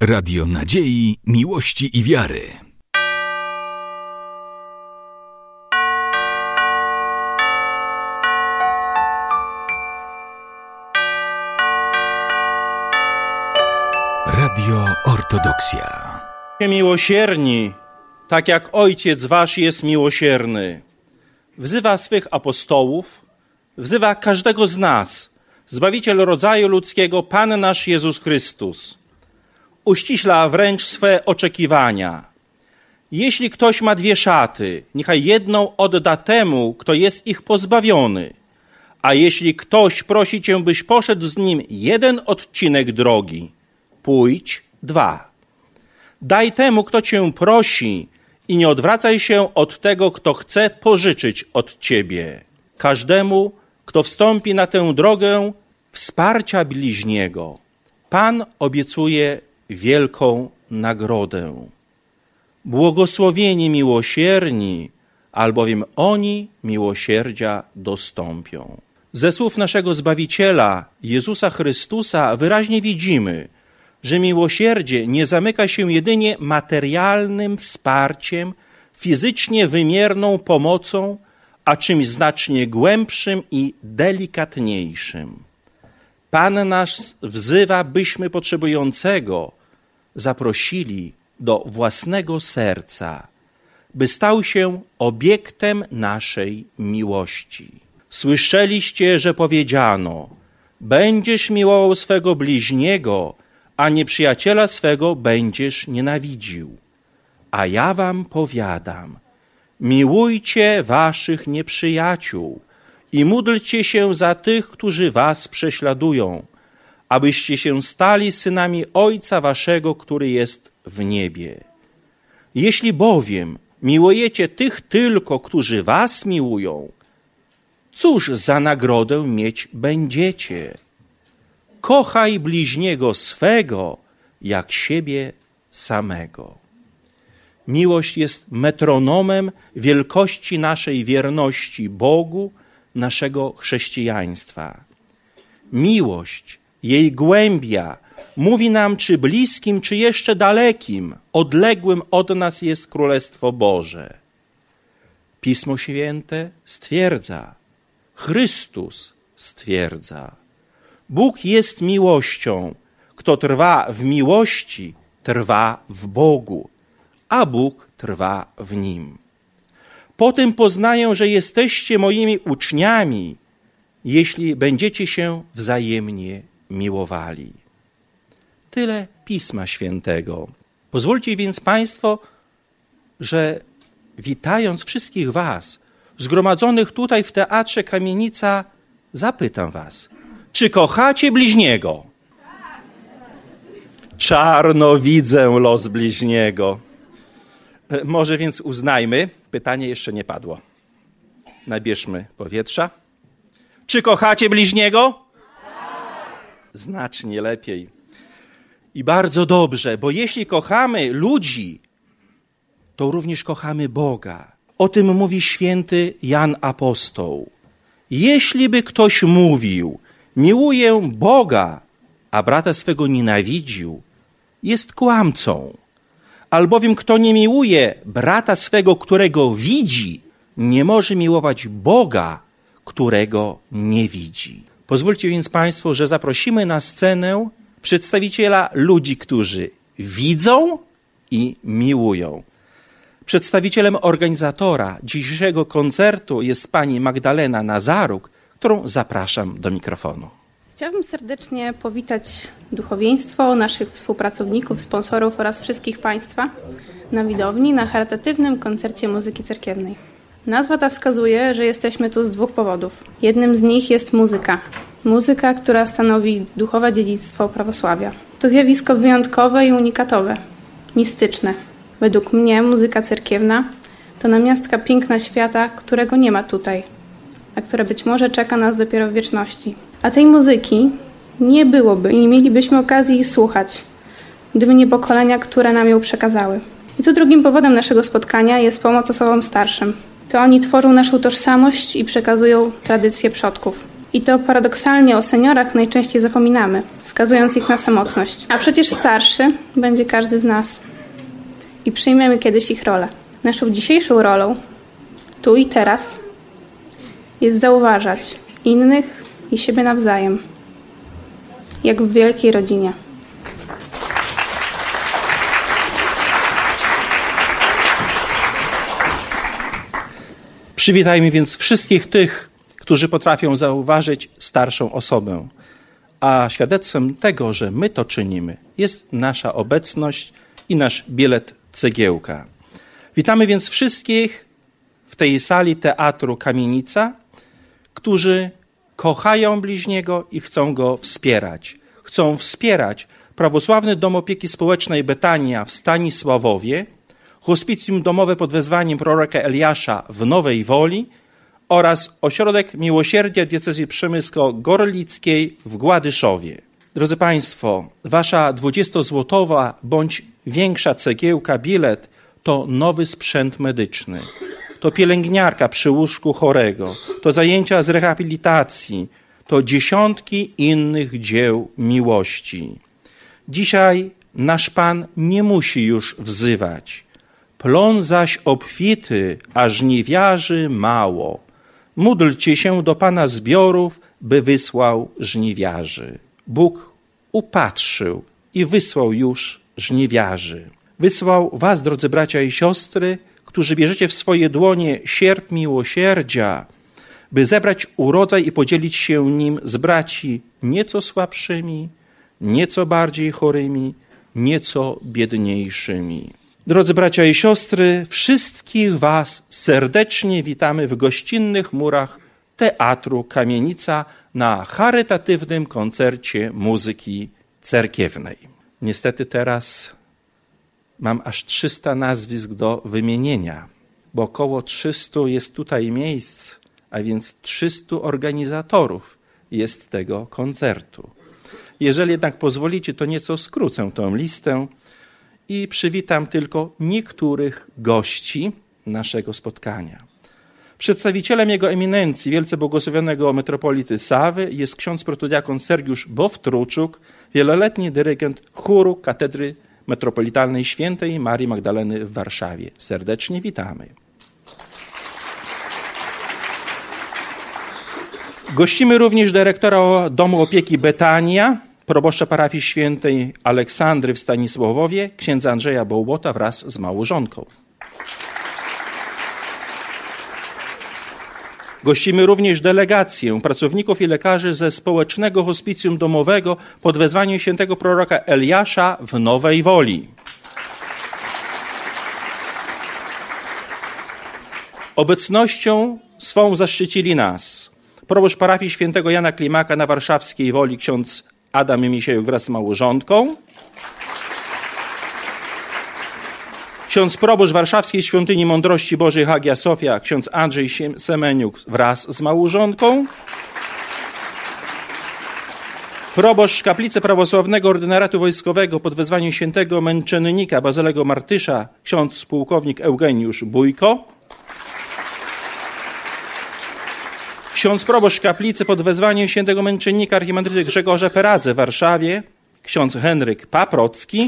Radio Nadziei, Miłości i Wiary. Radio Ortodoksja. Miłosierni, tak jak Ojciec wasz jest miłosierny. Wzywa swych apostołów, wzywa każdego z nas, Zbawiciel rodzaju ludzkiego, Pan nasz Jezus Chrystus. Uściśla wręcz swe oczekiwania. Jeśli ktoś ma 2 szaty, niechaj jedną odda temu, kto jest ich pozbawiony. A jeśli ktoś prosi cię, byś poszedł z nim 1 odcinek drogi, pójdź 2. Daj temu, kto cię prosi i nie odwracaj się od tego, kto chce pożyczyć od ciebie. Każdemu, kto wstąpi na tę drogę wsparcia bliźniego, Pan obiecuje wielką nagrodę. Błogosławieni miłosierni, albowiem oni miłosierdzia dostąpią. Ze słów naszego Zbawiciela, Jezusa Chrystusa, wyraźnie widzimy, że miłosierdzie nie zamyka się jedynie materialnym wsparciem, fizycznie wymierną pomocą, a czymś znacznie głębszym i delikatniejszym. Pan nas wzywa, byśmy potrzebującego zaprosili do własnego serca, by stał się obiektem naszej miłości. Słyszeliście, że powiedziano: będziesz miłował swego bliźniego, a nieprzyjaciela swego będziesz nienawidził. A ja wam powiadam, miłujcie waszych nieprzyjaciół i módlcie się za tych, którzy was prześladują, abyście się stali synami Ojca waszego, który jest w niebie. Jeśli bowiem miłujecie tych tylko, którzy was miłują, cóż za nagrodę mieć będziecie? Kochaj bliźniego swego jak siebie samego. Miłość jest metronomem wielkości naszej wierności Bogu, naszego chrześcijaństwa. Miłość, jej głębia mówi nam, czy bliskim, czy jeszcze dalekim, odległym od nas jest Królestwo Boże. Pismo Święte stwierdza, Chrystus stwierdza, Bóg jest miłością. Kto trwa w miłości, trwa w Bogu, a Bóg trwa w Nim. Potem poznaję, że jesteście moimi uczniami, jeśli będziecie się wzajemnie miłowali. Tyle Pisma Świętego. Pozwólcie więc Państwo, że witając wszystkich was, zgromadzonych tutaj w Teatrze Kamienica, zapytam was, czy kochacie bliźniego? Czarno widzę los bliźniego. Może więc uznajmy, pytanie jeszcze nie padło. Nabierzmy powietrza. Czy kochacie bliźniego? Znacznie lepiej. I bardzo dobrze, bo jeśli kochamy ludzi, to również kochamy Boga. O tym mówi święty Jan Apostoł. Jeśli by ktoś mówił, miłuję Boga, a brata swego nienawidził, jest kłamcą. Albowiem kto nie miłuje brata swego, którego widzi, nie może miłować Boga, którego nie widzi. Pozwólcie więc Państwo, że zaprosimy na scenę przedstawiciela ludzi, którzy widzą i miłują. Przedstawicielem organizatora dzisiejszego koncertu jest pani Magdalena Nazaruk, którą zapraszam do mikrofonu. Chciałabym serdecznie powitać duchowieństwo, naszych współpracowników, sponsorów oraz wszystkich Państwa na widowni na charytatywnym koncercie muzyki cerkiewnej. Nazwa ta wskazuje, że jesteśmy tu z 2 powodów. Jednym z nich jest muzyka. Muzyka, która stanowi duchowe dziedzictwo prawosławia. To zjawisko wyjątkowe i unikatowe, mistyczne. Według mnie muzyka cerkiewna to namiastka piękna świata, którego nie ma tutaj, a które być może czeka nas dopiero w wieczności. A tej muzyki nie byłoby i nie mielibyśmy okazji jej słuchać, gdyby nie pokolenia, które nam ją przekazały. I tu drugim powodem naszego spotkania jest pomoc osobom starszym. To oni tworzą naszą tożsamość i przekazują tradycje przodków. I to paradoksalnie o seniorach najczęściej zapominamy, skazując ich na samotność. A przecież starszy będzie każdy z nas. I przyjmiemy kiedyś ich rolę. Naszą dzisiejszą rolą, tu i teraz, jest zauważać innych i siebie nawzajem, jak w wielkiej rodzinie. Przywitajmy więc wszystkich tych, którzy potrafią zauważyć starszą osobę. A świadectwem tego, że my to czynimy, jest nasza obecność i nasz bilet cegiełka. Witamy więc wszystkich w tej sali Teatru Kamienica, którzy kochają bliźniego i chcą go wspierać. Chcą wspierać Prawosławny Dom Opieki Społecznej Betania w Stanisławowie, hospicjum domowe pod wezwaniem proroka Eliasza w Nowej Woli oraz Ośrodek Miłosierdzia Diecezji Przemysko-Gorlickiej w Gładyszowie. Drodzy Państwo, wasza 20-złotowa bądź większa cegiełka, bilet to nowy sprzęt medyczny, to pielęgniarka przy łóżku chorego, to zajęcia z rehabilitacji, to dziesiątki innych dzieł miłości. Dzisiaj nasz Pan nie musi już wzywać. Plon zaś obfity, a żniwiarzy mało. Módlcie się do Pana zbiorów, by wysłał żniwiarzy. Bóg upatrzył i wysłał już żniwiarzy. Wysłał was, drodzy bracia i siostry, którzy bierzecie w swoje dłonie sierp miłosierdzia, by zebrać urodzaj i podzielić się nim z braci nieco słabszymi, nieco bardziej chorymi, nieco biedniejszymi. Drodzy bracia i siostry, wszystkich was serdecznie witamy w gościnnych murach Teatru Kamienica na charytatywnym koncercie muzyki cerkiewnej. Niestety teraz mam aż 300 nazwisk do wymienienia, bo około 300 jest tutaj miejsc, a więc 300 organizatorów jest tego koncertu. Jeżeli jednak pozwolicie, to nieco skrócę tę listę i przywitam tylko niektórych gości naszego spotkania. Przedstawicielem Jego Eminencji, wielce błogosławionego metropolity Sawy, jest ksiądz protodiakon Sergiusz Bowtruczuk, wieloletni dyrygent chóru Katedry Metropolitalnej Świętej Marii Magdaleny w Warszawie. Serdecznie witamy. Gościmy również dyrektora Domu Opieki Betania, proboszcza parafii Świętej Aleksandry w Stanisławowie, księdza Andrzeja Bołbota wraz z małżonką. Gościmy również delegację pracowników i lekarzy ze Społecznego Hospicjum Domowego pod wezwaniem świętego proroka Eliasza w Nowej Woli. Obecnością swą zaszczycili nas proboszcz parafii świętego Jana Klimaka na Warszawskiej Woli, ksiądz Adam Misiejuk wraz z małżonką, ksiądz proboszcz Warszawskiej Świątyni Mądrości Bożej Hagia Sofia, ksiądz Andrzej Semeniuk wraz z małżonką, proboszcz Kaplicy Prawosławnego Ordynaratu Wojskowego pod wezwaniem świętego męczennika Bazylego Martysza, ksiądz pułkownik Eugeniusz Bójko, ksiądz proboszcz Kaplicy pod wezwaniem świętego męczennika archimandryty Grzegorza Peradze w Warszawie, ksiądz Henryk Paprocki.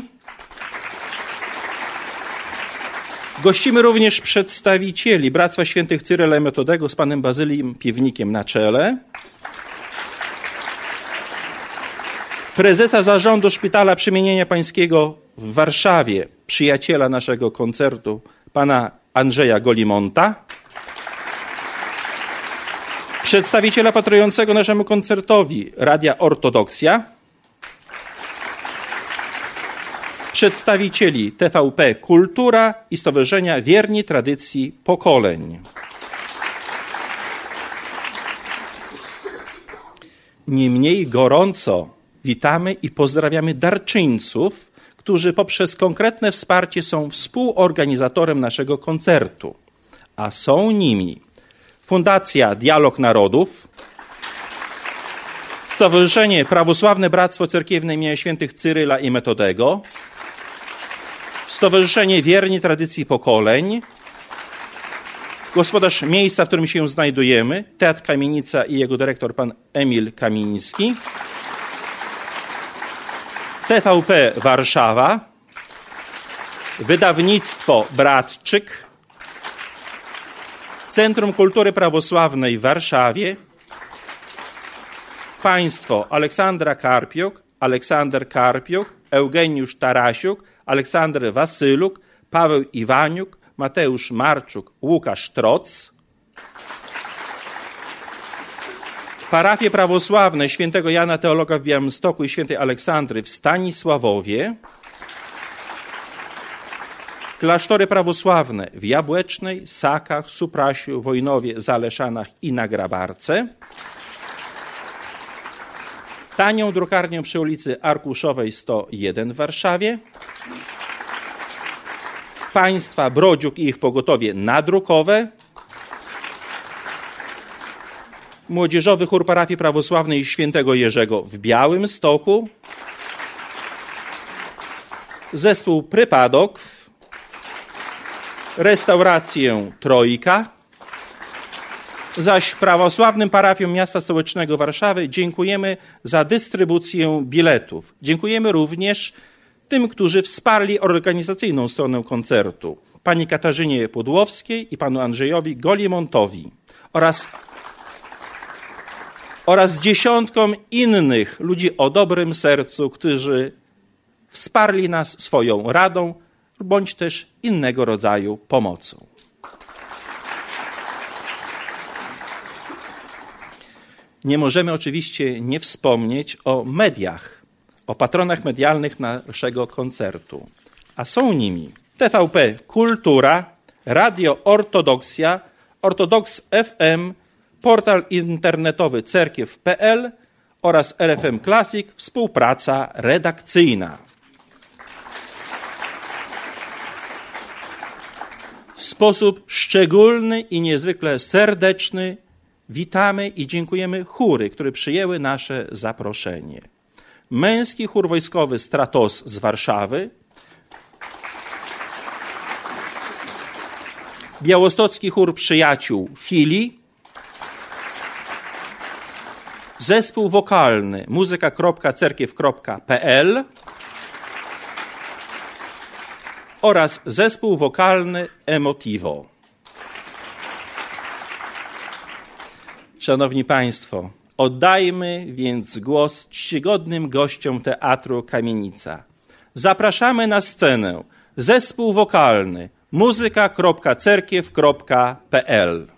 Gościmy również przedstawicieli Bractwa Świętych Cyryla i Metodego z panem Bazyliem Piwnikiem na czele, prezesa zarządu Szpitala Przemienienia Pańskiego w Warszawie, przyjaciela naszego koncertu, pana Andrzeja Golimonta, przedstawiciela patrującego naszemu koncertowi Radia Ortodoksja, przedstawicieli TVP Kultura i Stowarzyszenia Wierni Tradycji Pokoleń. Niemniej gorąco witamy i pozdrawiamy darczyńców, którzy poprzez konkretne wsparcie są współorganizatorem naszego koncertu, a są nimi Fundacja Dialog Narodów, Stowarzyszenie Prawosławne Bractwo Cerkiewne im. Świętych Cyryla i Metodego, Stowarzyszenie Wierni Tradycji Pokoleń, gospodarz miejsca, w którym się znajdujemy, Teatr Kamienica i jego dyrektor pan Emil Kamiński, TVP Warszawa, Wydawnictwo Bratczyk, Centrum Kultury Prawosławnej w Warszawie, państwo Aleksandra Karpiuk, Aleksander Karpiuk, Eugeniusz Tarasiuk, Aleksander Wasyluk, Paweł Iwaniuk, Mateusz Marczuk, Łukasz Troc, parafie prawosławne świętego Jana Teologa w Białymstoku i świętej Aleksandry w Stanisławowie, klasztory prawosławne w Jabłecznej, Sakach, Suprasiu, Wojnowie, Zaleszanach i na Grabarce, tanią drukarnię przy ulicy Arkuszowej 101 w Warszawie, państwa Brodziuk i ich pogotowie nadrukowe, młodzieżowy chór parafii prawosławnej świętego Jerzego w Białymstoku, zespół Prypadok, restaurację Trojka, zaś prawosławnym parafiom miasta stołecznego Warszawy dziękujemy za dystrybucję biletów. Dziękujemy również tym, którzy wsparli organizacyjną stronę koncertu, pani Katarzynie Pudłowskiej i panu Andrzejowi Golimontowi oraz dziesiątkom innych ludzi o dobrym sercu, którzy wsparli nas swoją radą bądź też innego rodzaju pomocą. Nie możemy oczywiście nie wspomnieć o mediach, o patronach medialnych naszego koncertu, a są nimi TVP Kultura, Radio Ortodoksja, Ortodoks FM, portal internetowy cerkiew.pl oraz RFM Classic, współpraca redakcyjna. W sposób szczególny i niezwykle serdeczny witamy i dziękujemy chóry, które przyjęły nasze zaproszenie. Męski chór wojskowy Stratos z Warszawy, białostocki chór przyjaciół Filii, zespół wokalny muzyka.cerkiew.pl oraz zespół wokalny Emotivo. Szanowni Państwo, oddajmy więc głos czcigodnym gościom Teatru Kamienica. Zapraszamy na scenę zespół wokalny muzyka.cerkiew.pl.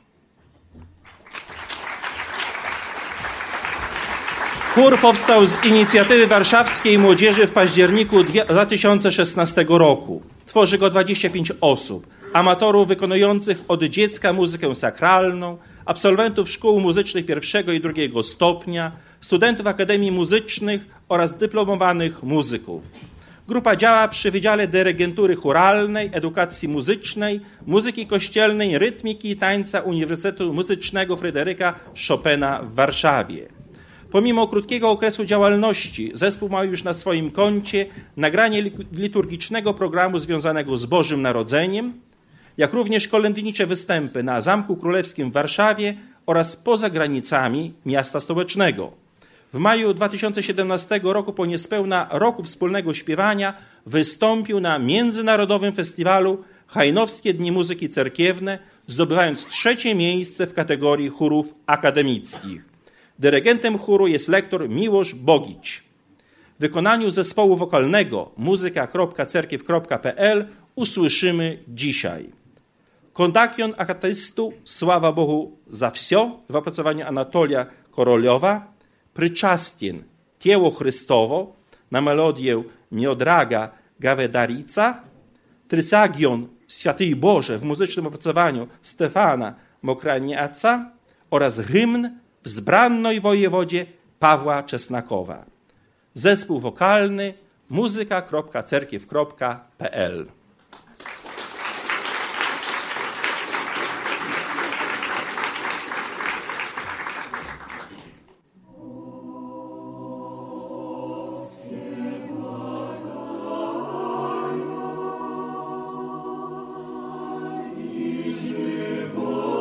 Chór powstał z inicjatywy warszawskiej młodzieży w październiku 2016 roku. Tworzy go 25 osób, amatorów wykonujących od dziecka muzykę sakralną, absolwentów szkół muzycznych pierwszego i drugiego stopnia, studentów akademii muzycznych oraz dyplomowanych muzyków. Grupa działa przy Wydziale Dyrygentury Chóralnej, Edukacji Muzycznej, Muzyki Kościelnej, Rytmiki i Tańca Uniwersytetu Muzycznego Fryderyka Chopina w Warszawie. Pomimo krótkiego okresu działalności, zespół ma już na swoim koncie nagranie liturgicznego programu związanego z Bożym Narodzeniem, jak również kolędnicze występy na Zamku Królewskim w Warszawie oraz poza granicami miasta stołecznego. W maju 2017 roku, po niespełna roku wspólnego śpiewania, wystąpił na Międzynarodowym Festiwalu Hajnowskie Dni Muzyki Cerkiewne, zdobywając 3. miejsce w kategorii chórów akademickich. Dyrygentem chóru jest lektor Miłosz Bogić. W wykonaniu zespołu wokalnego muzyka.cerkiew.pl usłyszymy dzisiaj Kondakion akatystu Sława Bohu za wsio w opracowaniu Anatolia Koroliowa, Pryczastien Tieło Chrystowo na melodię Miodraga Gavedarica, Trysagion Święty Boże w muzycznym opracowaniu Stefana Mokraniaca oraz hymn w zbrannej wojewodzie Pawła Czesnakowa. Zespół wokalny muzyka.cerkiew.pl. Oh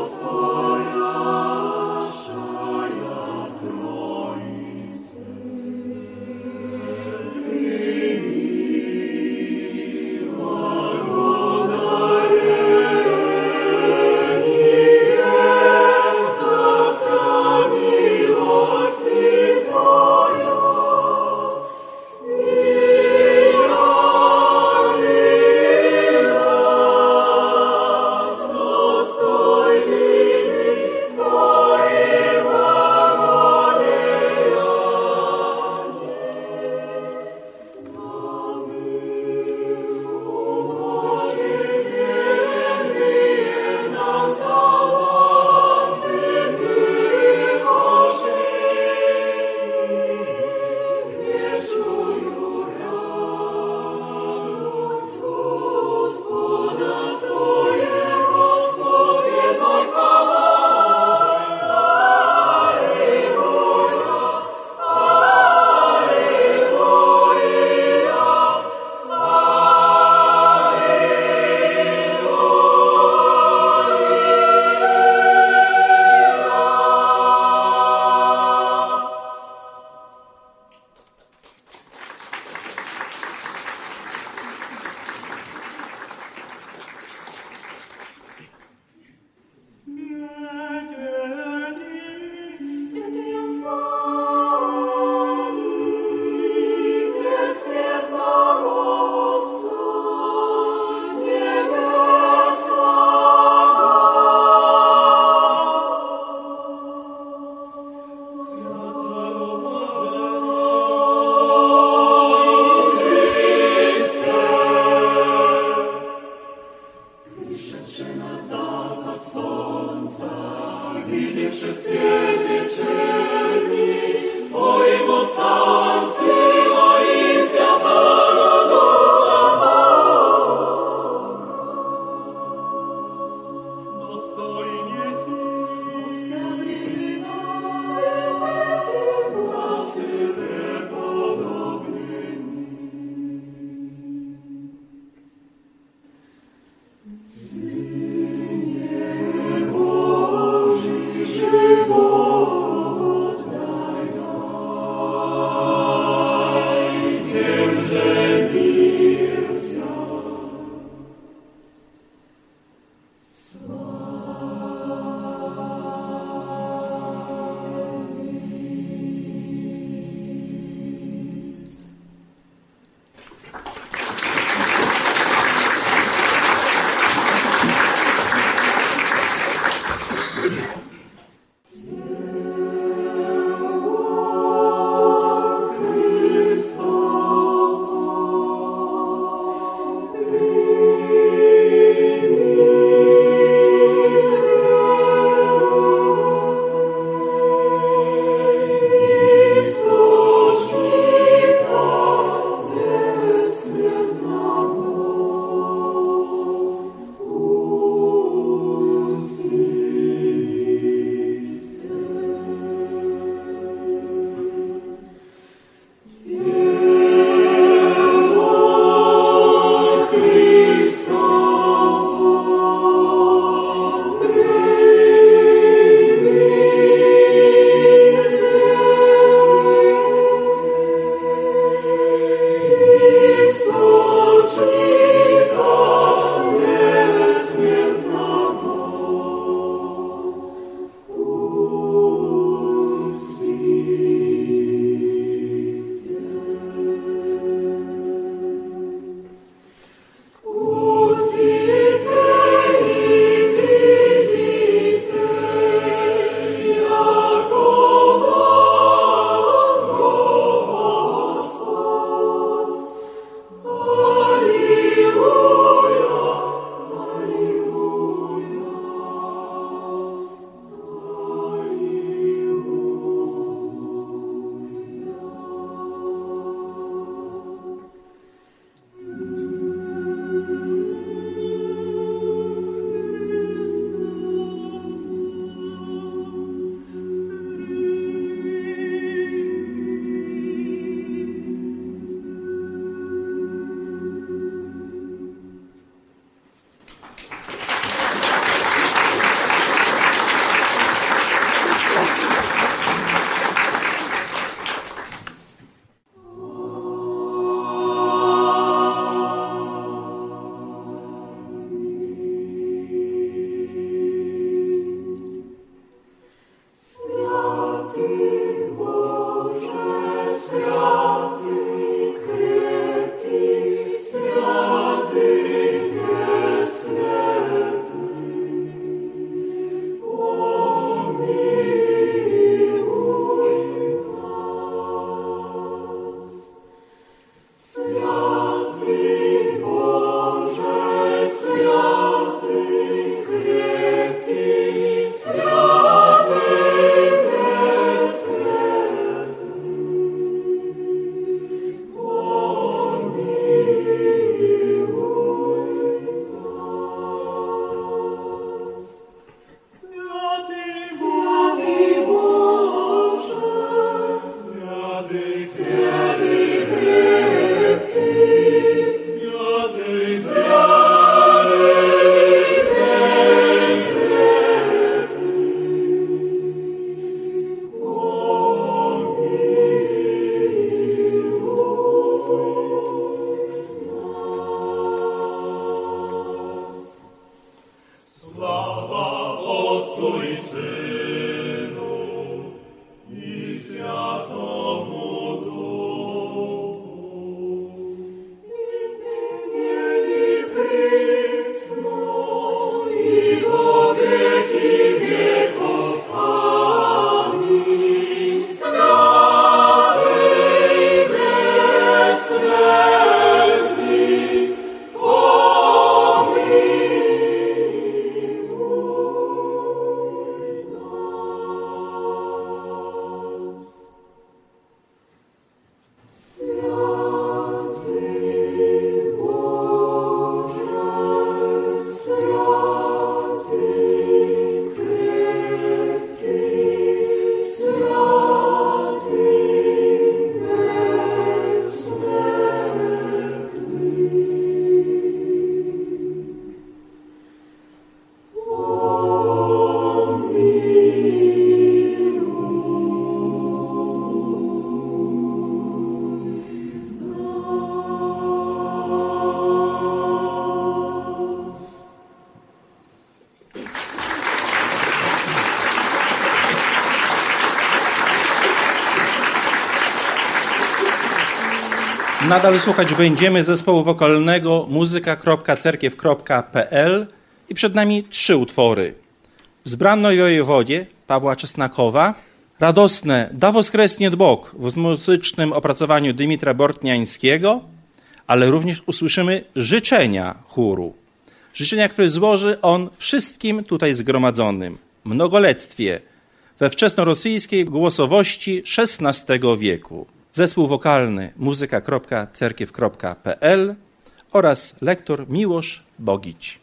Nadal słuchać będziemy zespołu wokalnego muzyka.cerkiew.pl i przed nami 3 utwory. Wzbrannej wojewodzie Pawła Czesnakowa, radosne Da woskresnie Bóg w muzycznym opracowaniu Dymitra Bortniańskiego, ale również usłyszymy życzenia chóru. Życzenia, które złoży on wszystkim tutaj zgromadzonym. Mnogolectwie we wczesnorosyjskiej głosowości XVI wieku. Zespół wokalny muzyka.cerkiew.pl oraz lektor Miłosz Bogić.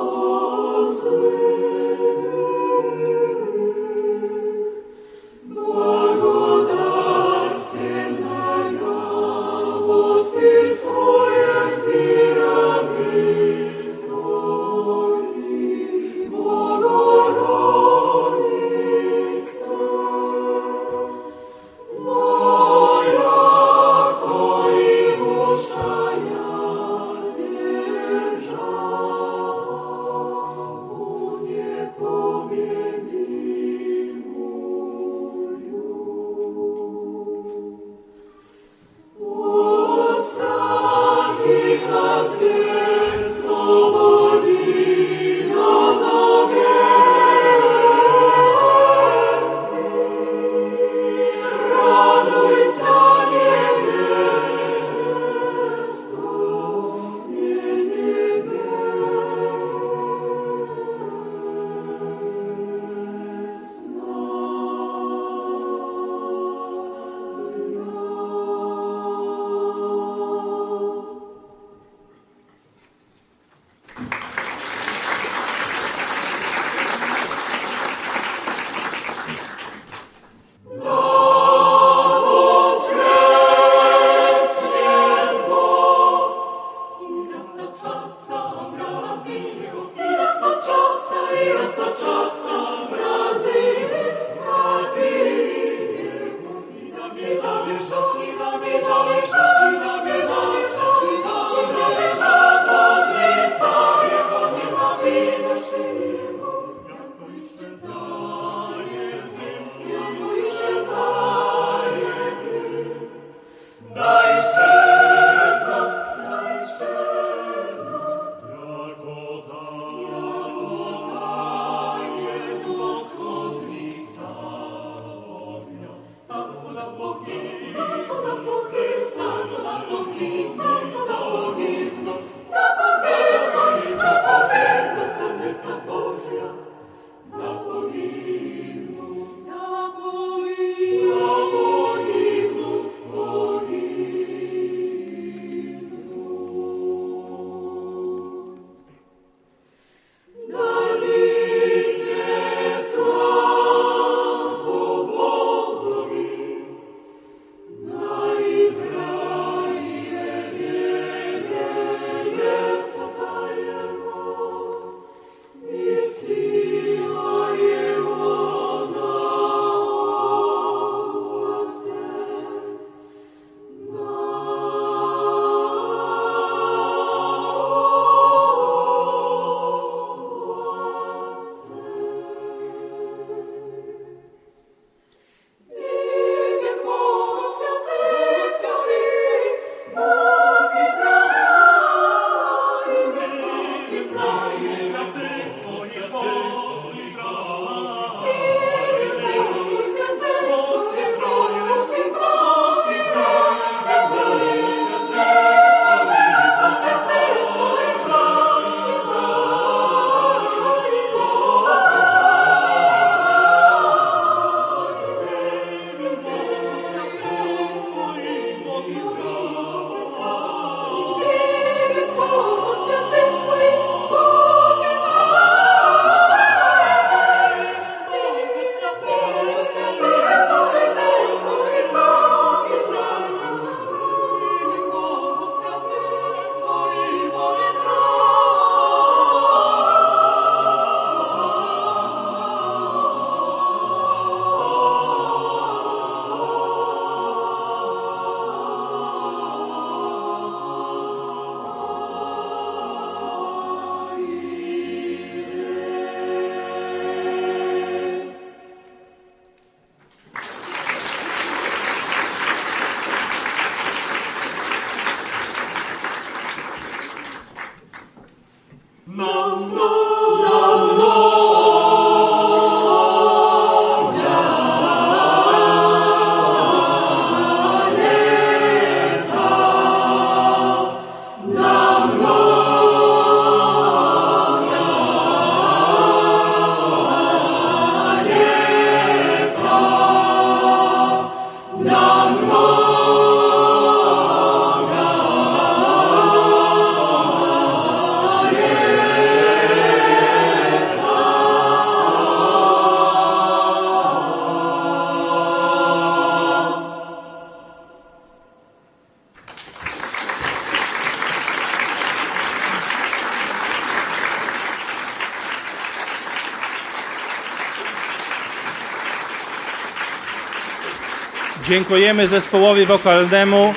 Bo Dziękujemy zespołowi wokalnemu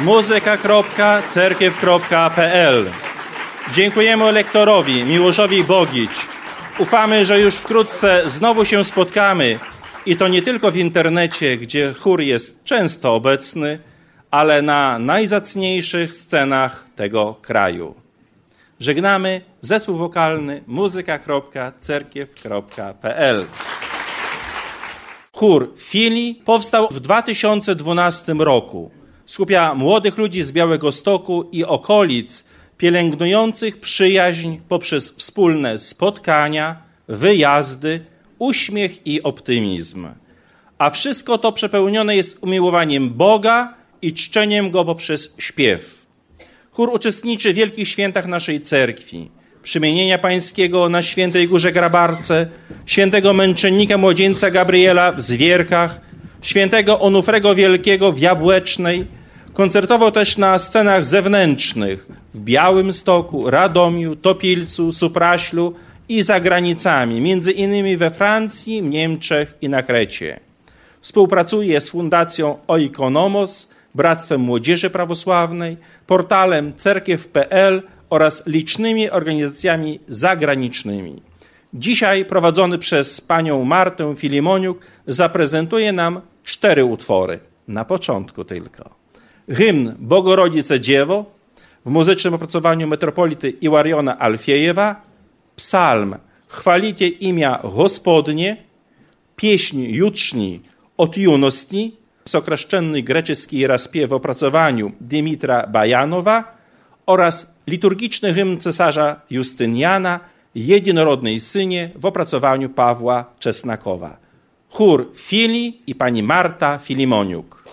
muzyka.cerkiew.pl. Dziękujemy lektorowi Miłoszowi Bogić. Ufamy, że już wkrótce znowu się spotkamy i to nie tylko w internecie, gdzie chór jest często obecny, ale na najzacniejszych scenach tego kraju. Żegnamy zespół wokalny muzyka.cerkiew.pl. Chór Filii powstał w 2012 roku. Skupia młodych ludzi z Białegostoku i okolic, pielęgnujących przyjaźń poprzez wspólne spotkania, wyjazdy, uśmiech i optymizm. A wszystko to przepełnione jest umiłowaniem Boga i czczeniem Go poprzez śpiew. Chór uczestniczy w wielkich świętach naszej cerkwi. Przemienienia Pańskiego na Świętej Górze Grabarce, Świętego Męczennika Młodzieńca Gabriela w Zwierkach, Świętego Onufrego Wielkiego w Jabłecznej. Koncertował też na scenach zewnętrznych w Białymstoku, Radomiu, Topilcu, Supraślu i za granicami, między innymi we Francji, Niemczech i na Krecie. Współpracuje z Fundacją Oikonomos, Bractwem Młodzieży Prawosławnej, portalem cerkiew.pl oraz licznymi organizacjami zagranicznymi. Dzisiaj prowadzony przez panią Martę Filimoniuk zaprezentuje nam 4 utwory. Na początku tylko. Hymn Bogorodice Dziewo w muzycznym opracowaniu metropolity Iłariona Alfiejewa, psalm Chwalicie imię Gospodnie, pieśń jutrzni od juności, sokraszczenny grecki raspiew w opracowaniu Dymitra Bajanowa oraz liturgiczny hymn cesarza Justyniana, Jednorodnej Synie w opracowaniu Pawła Czesnakowa. Chór Filii i pani Marta Filimoniuk.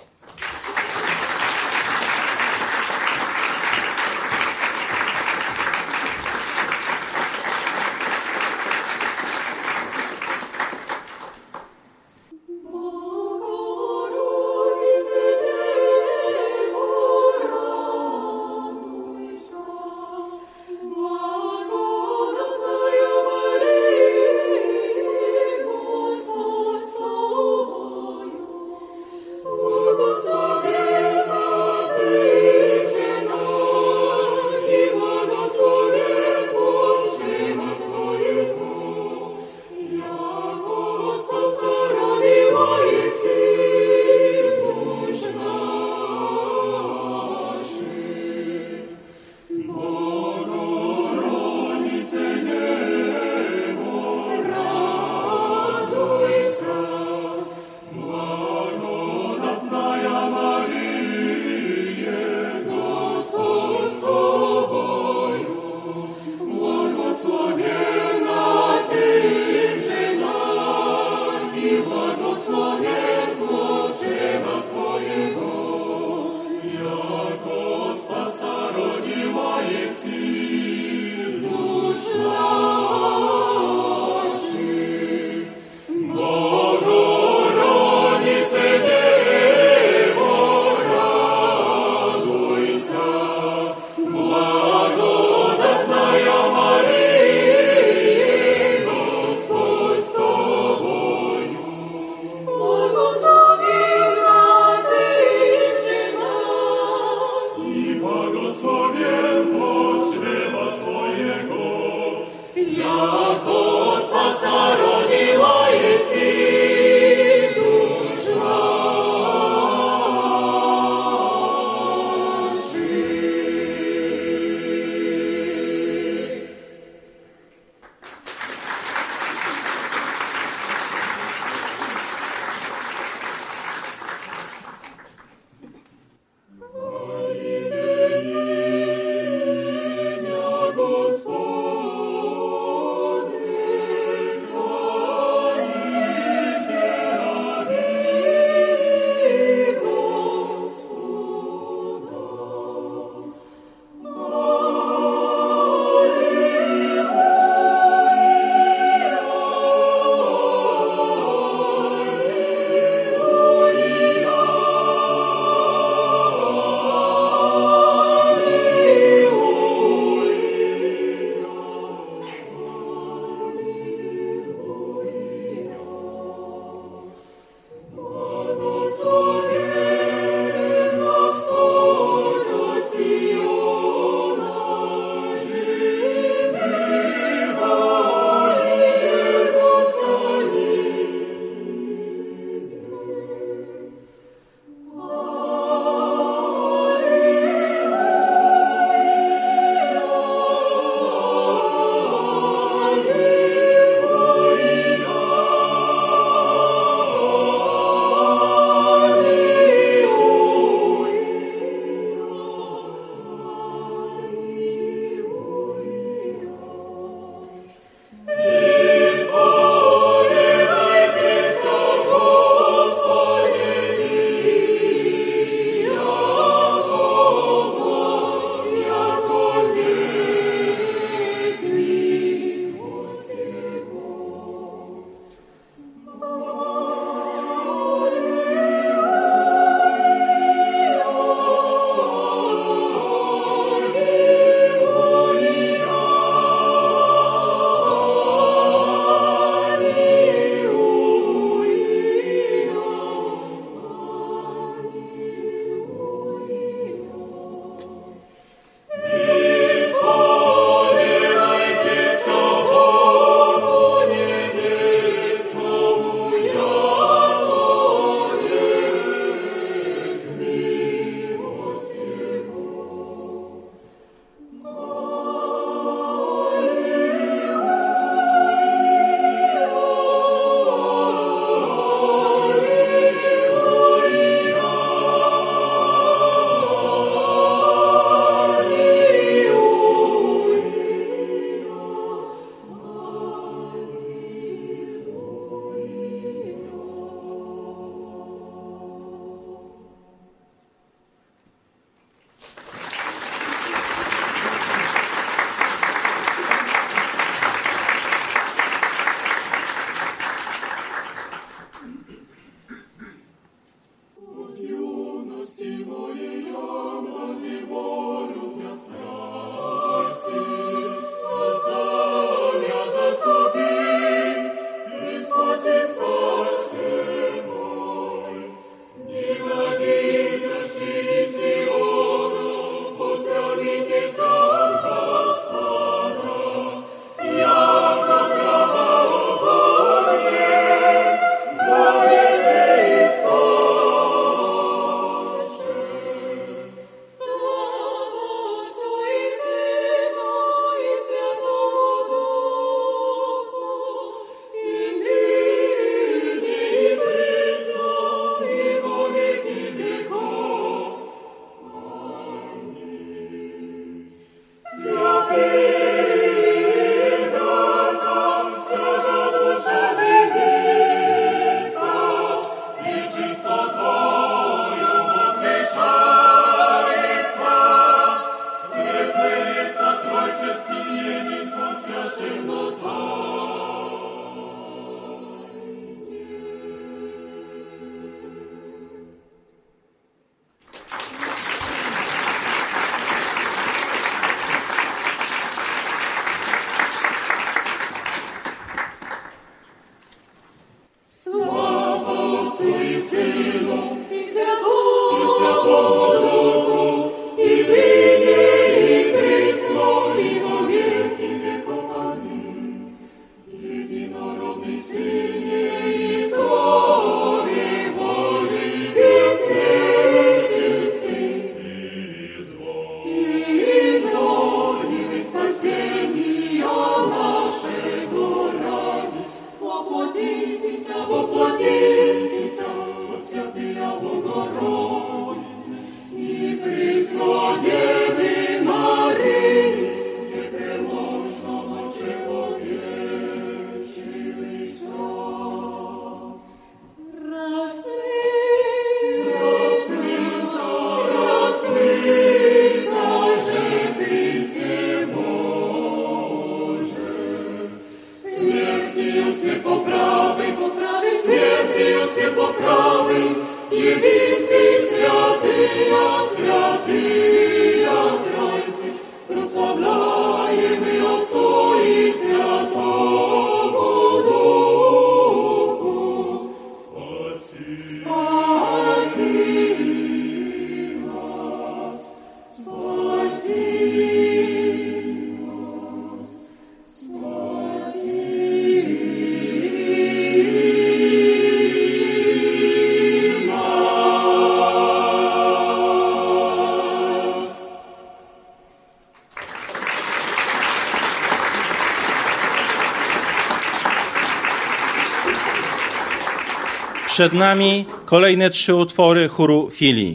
Przed nami kolejne 3 utwory chóru Filii.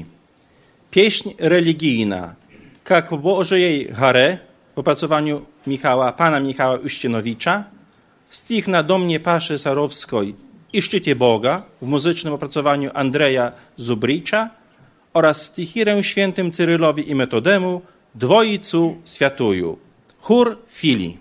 Pieśń religijna "Как Божией Гаре" w opracowaniu pana Michała Uścienowicza, stich na Domnie Paszy Sarowskiej "I szczycie Boga" w muzycznym opracowaniu Andrzeja Zubricza oraz stichirę świętym Cyrylowi i Metodemu "Dwoicu Światuju". Chór Filii.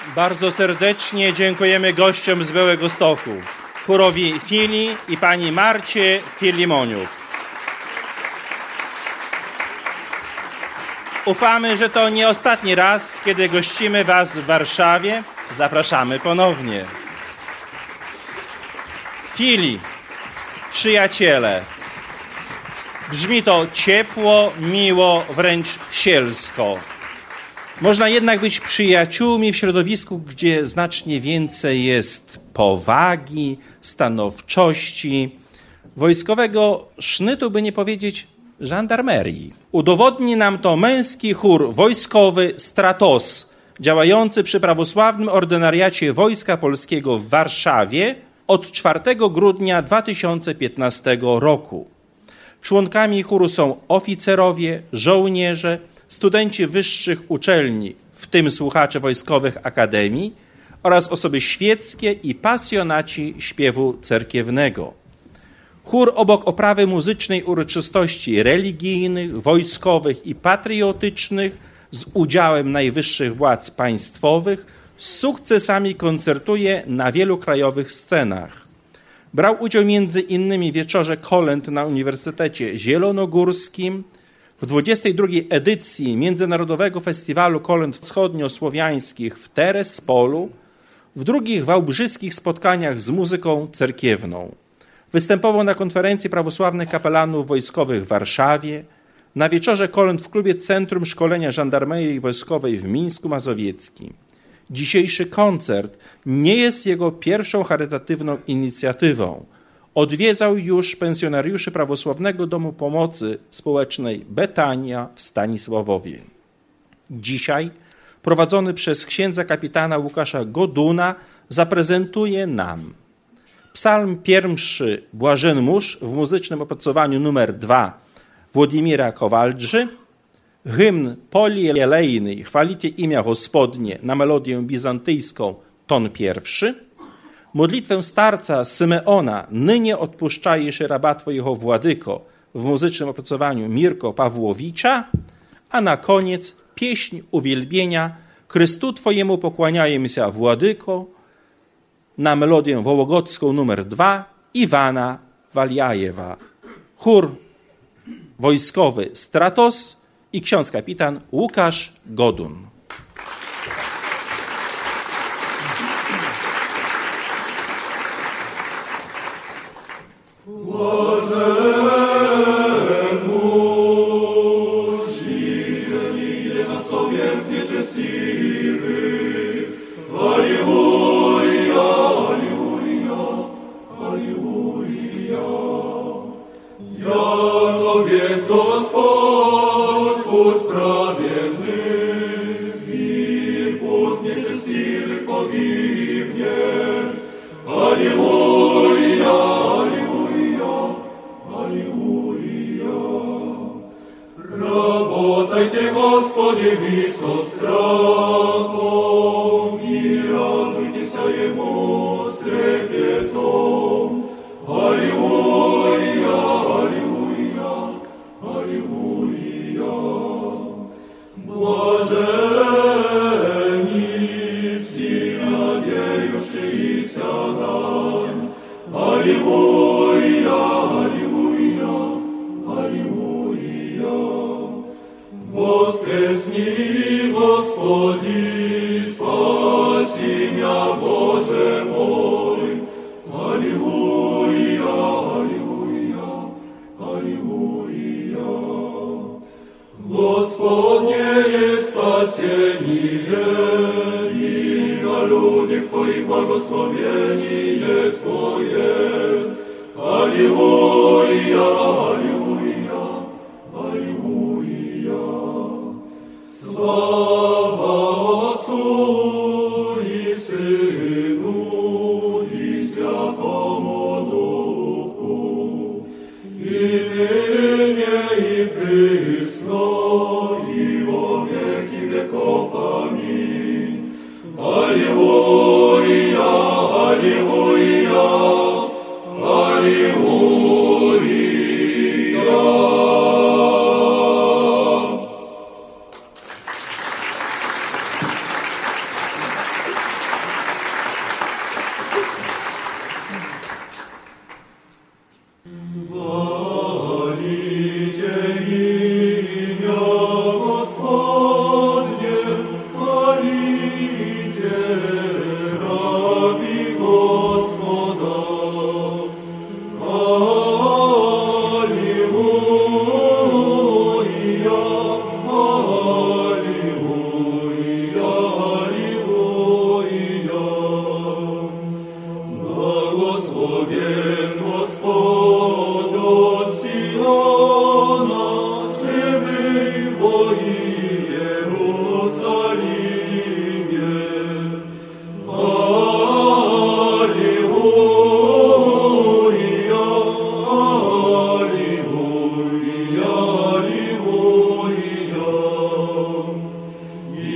Bardzo serdecznie dziękujemy gościom z Białegostoku, chórowi Fili i pani Marcie Filimoniuk. Ufamy, że to nie ostatni raz, kiedy gościmy was w Warszawie. Zapraszamy ponownie. Fili, przyjaciele. Brzmi to ciepło, miło, wręcz sielsko. Można jednak być przyjaciółmi w środowisku, gdzie znacznie więcej jest powagi, stanowczości, wojskowego sznytu, by nie powiedzieć żandarmerii. Udowodni nam to męski chór wojskowy Stratos, działający przy prawosławnym ordynariacie Wojska Polskiego w Warszawie od 4 grudnia 2015 roku. Członkami chóru są oficerowie, żołnierze, studenci wyższych uczelni, w tym słuchacze wojskowych akademii, oraz osoby świeckie i pasjonaci śpiewu cerkiewnego. Chór obok oprawy muzycznej uroczystości religijnych, wojskowych i patriotycznych z udziałem najwyższych władz państwowych z sukcesami koncertuje na wielu krajowych scenach. Brał udział m.in. w wieczorze kolęd na Uniwersytecie Zielonogórskim, w 22. edycji Międzynarodowego Festiwalu Kolęd Wschodniosłowiańskich w Terespolu, w drugich wałbrzyskich spotkaniach z muzyką cerkiewną. Występował na konferencji prawosławnych kapelanów wojskowych w Warszawie, na wieczorze kolęd w klubie Centrum Szkolenia Żandarmerii Wojskowej w Mińsku Mazowieckim. Dzisiejszy koncert nie jest jego pierwszą charytatywną inicjatywą. Odwiedzał już pensjonariuszy Prawosławnego Domu Pomocy Społecznej Betania w Stanisławowie. Dzisiaj, prowadzony przez księdza kapitana Łukasza Goduna, zaprezentuje nam Psalm pierwszy Błażenmusz w muzycznym opracowaniu numer 2 Włodzimira Kowaldży, hymn polielejny Chwalicie imię Gospodnie na melodię bizantyjską ton pierwszy, modlitwę starca Symeona Nynie odpuszczajesz rabat Twojego Władyko w muzycznym opracowaniu Mirko Pawłowicza, a na koniec pieśń uwielbienia Chrystu Twojemu pokłaniajem się Władyko na melodię wołogodzką numer 2 Iwana Waliajewa. Chór wojskowy Stratos i ksiądz kapitan Łukasz Godun. Господи, ви со страхом и радуйтесь Ему с трепетом. Аллилуйя, аллилуйя, аллилуйя. Блаженни все надеющиеся нам. Аллилуйя, аллилуйя, аллилуйя. Воскресни, Господи, спаси меня, Боже мой. Аллилуйя, аллилуйя, аллилуйя. Господне есть спасение, и на людях Твоих благословение Твое. Аллилуйя, аллилуйя, аллилуйя. Слава Отцу и Сыну и Святому Духу, и ныне и присно, и во веки веков. Аминь. Аллилуйя, аллилуйя, аллилуйя.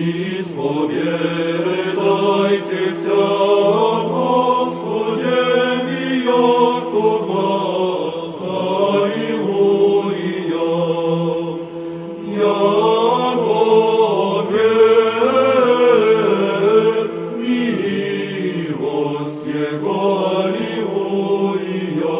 Исповедайтеся, Господи, Якова, Аллилуйя, Якове, милость Его, Аллилуйя.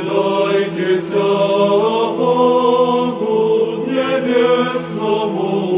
Исповедайтеся Богу Небесному,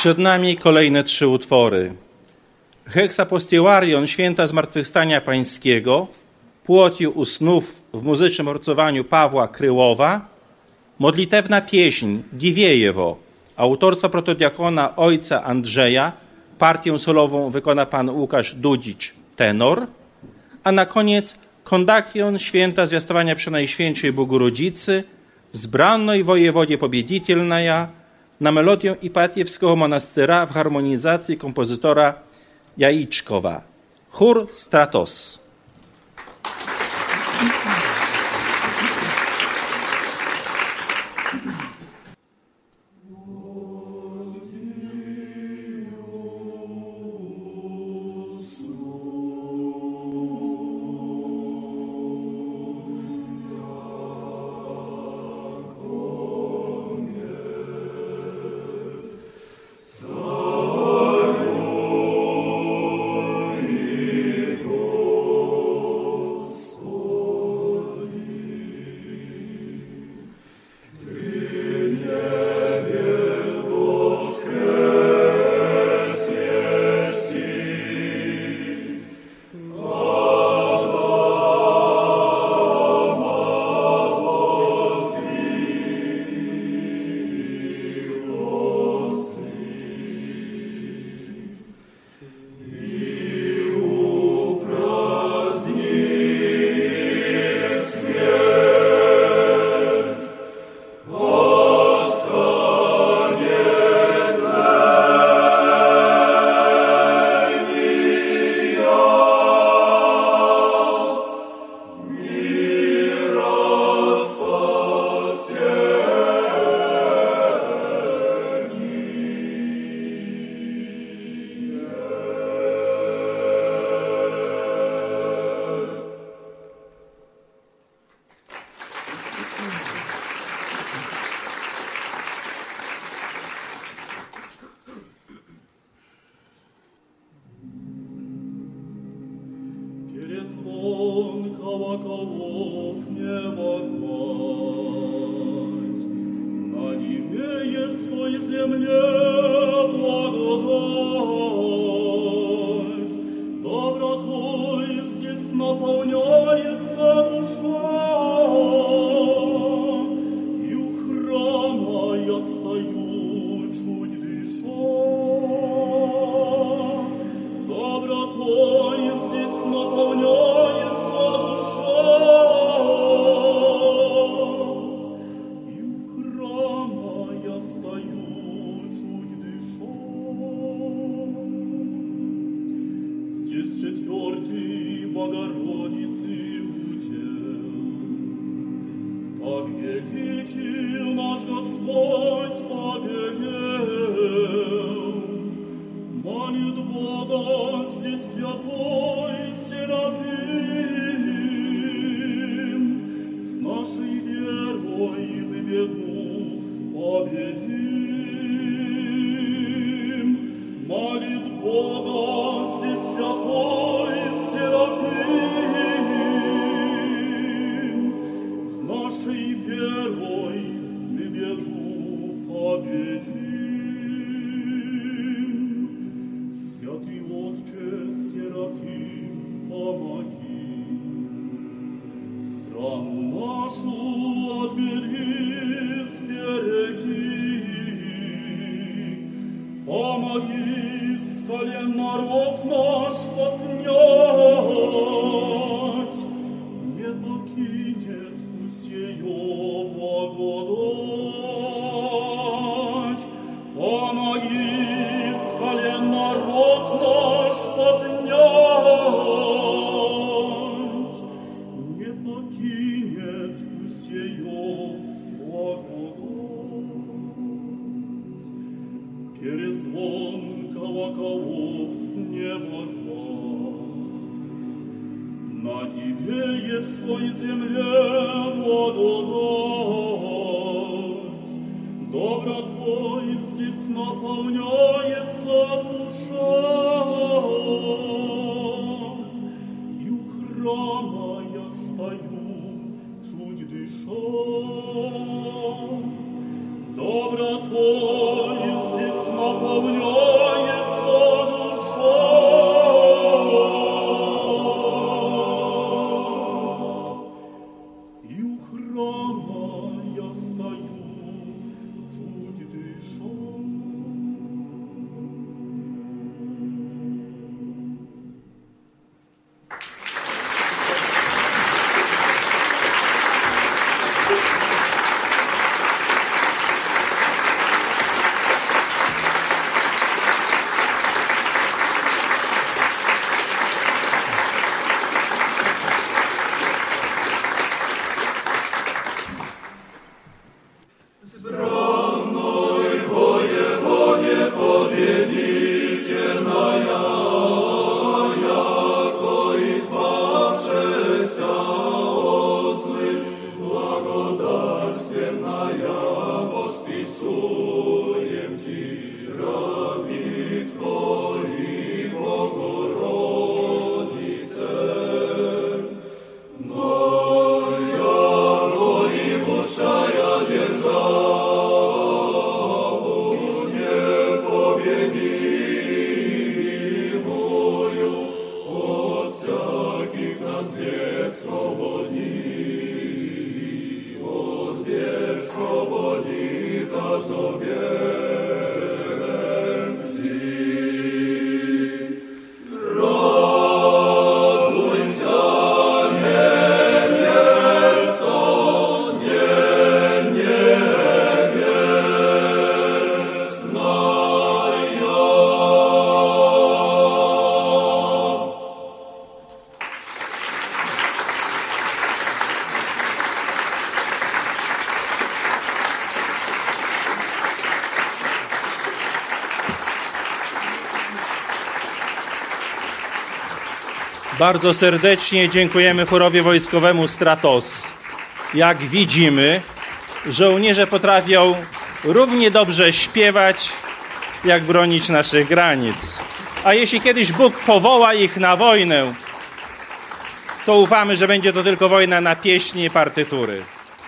Przed nami kolejne 3 utwory. Hexapostioarion, Święta Zmartwychwstania Pańskiego, płotił u snów w muzycznym orcowaniu Pawła Kryłowa, modlitewna pieśń Diwiejewo, autorstwa protodiakona ojca Andrzeja, partię solową wykona pan Łukasz Dudzicz, tenor, a na koniec kondakion Święta Zwiastowania Przenajświętszej Bogurodzicy, zbrannej wojewodzie Pobieditelnaja, na melodię Ipatiewskiego monastyra w harmonizacji kompozytora Jaiczkowa. Chór Stratos. Звон колоколов неба гнать, на Дивеевской земле благодать, добротой здесь наполняется душа, и у храма я стою, чуть дыша, добротой здесь наполняется душа, и у храма я стою, чуть дыша. Здесь 4-й Богородицы удел, так великий наш Господь повелел, молит Бога здесь святой Серафим, с нашей верой мы беду победим. Молит Бога здесь святой Серафим, с нашей верой мы беду победим. Святый Отче Серафим, помоги, страну нашу от беды сбереги, помоги с колен народ наш поднять, не покинет пусть ее благодать, помоги с колен народ наш поднять, не покинет пусть ее благодать. Перезвон колоколов неба гнать, на Дивеевской земле благодать, добротой здесь наполняется душа, и у храма я стою, чуть дыша, добротой здесь наполняется Bardzo serdecznie dziękujemy chórowi wojskowemu Stratos. Jak widzimy, żołnierze potrafią równie dobrze śpiewać, jak bronić naszych granic. A jeśli kiedyś Bóg powoła ich na wojnę, to ufamy, że będzie to tylko wojna na pieśni i partytury.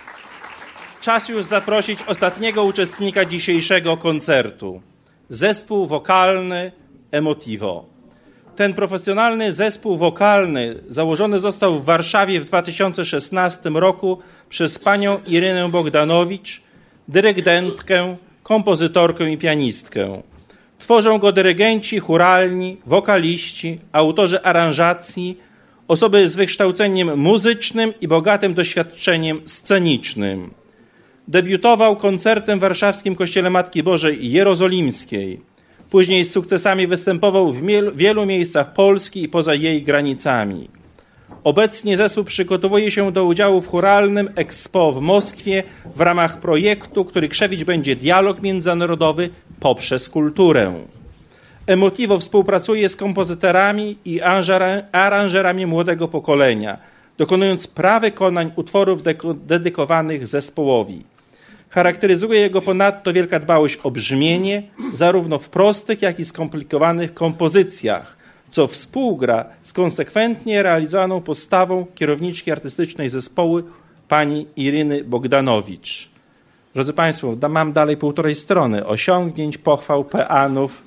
Czas już zaprosić ostatniego uczestnika dzisiejszego koncertu. Zespół wokalny Emotivo. Ten profesjonalny zespół wokalny założony został w Warszawie w 2016 roku przez panią Irynę Bogdanowicz, dyrygentkę, kompozytorkę i pianistkę. Tworzą go dyrygenci chóralni, wokaliści, autorzy aranżacji, osoby z wykształceniem muzycznym i bogatym doświadczeniem scenicznym. Debiutował koncertem w warszawskim Kościele Matki Bożej Jerozolimskiej. Później z sukcesami występował w wielu miejscach Polski i poza jej granicami. Obecnie zespół przygotowuje się do udziału w chóralnym Expo w Moskwie w ramach projektu, który krzewić będzie dialog międzynarodowy poprzez kulturę. Emotivo współpracuje z kompozytorami i aranżerami młodego pokolenia, dokonując prawykonań utworów dedykowanych zespołowi. Charakteryzuje jego ponadto wielka dbałość o brzmienie, zarówno w prostych, jak i skomplikowanych kompozycjach, co współgra z konsekwentnie realizowaną postawą kierowniczki artystycznej zespołu pani Iryny Bogdanowicz. Drodzy Państwo, mam dalej 1,5 strony osiągnięć, pochwał, peanów,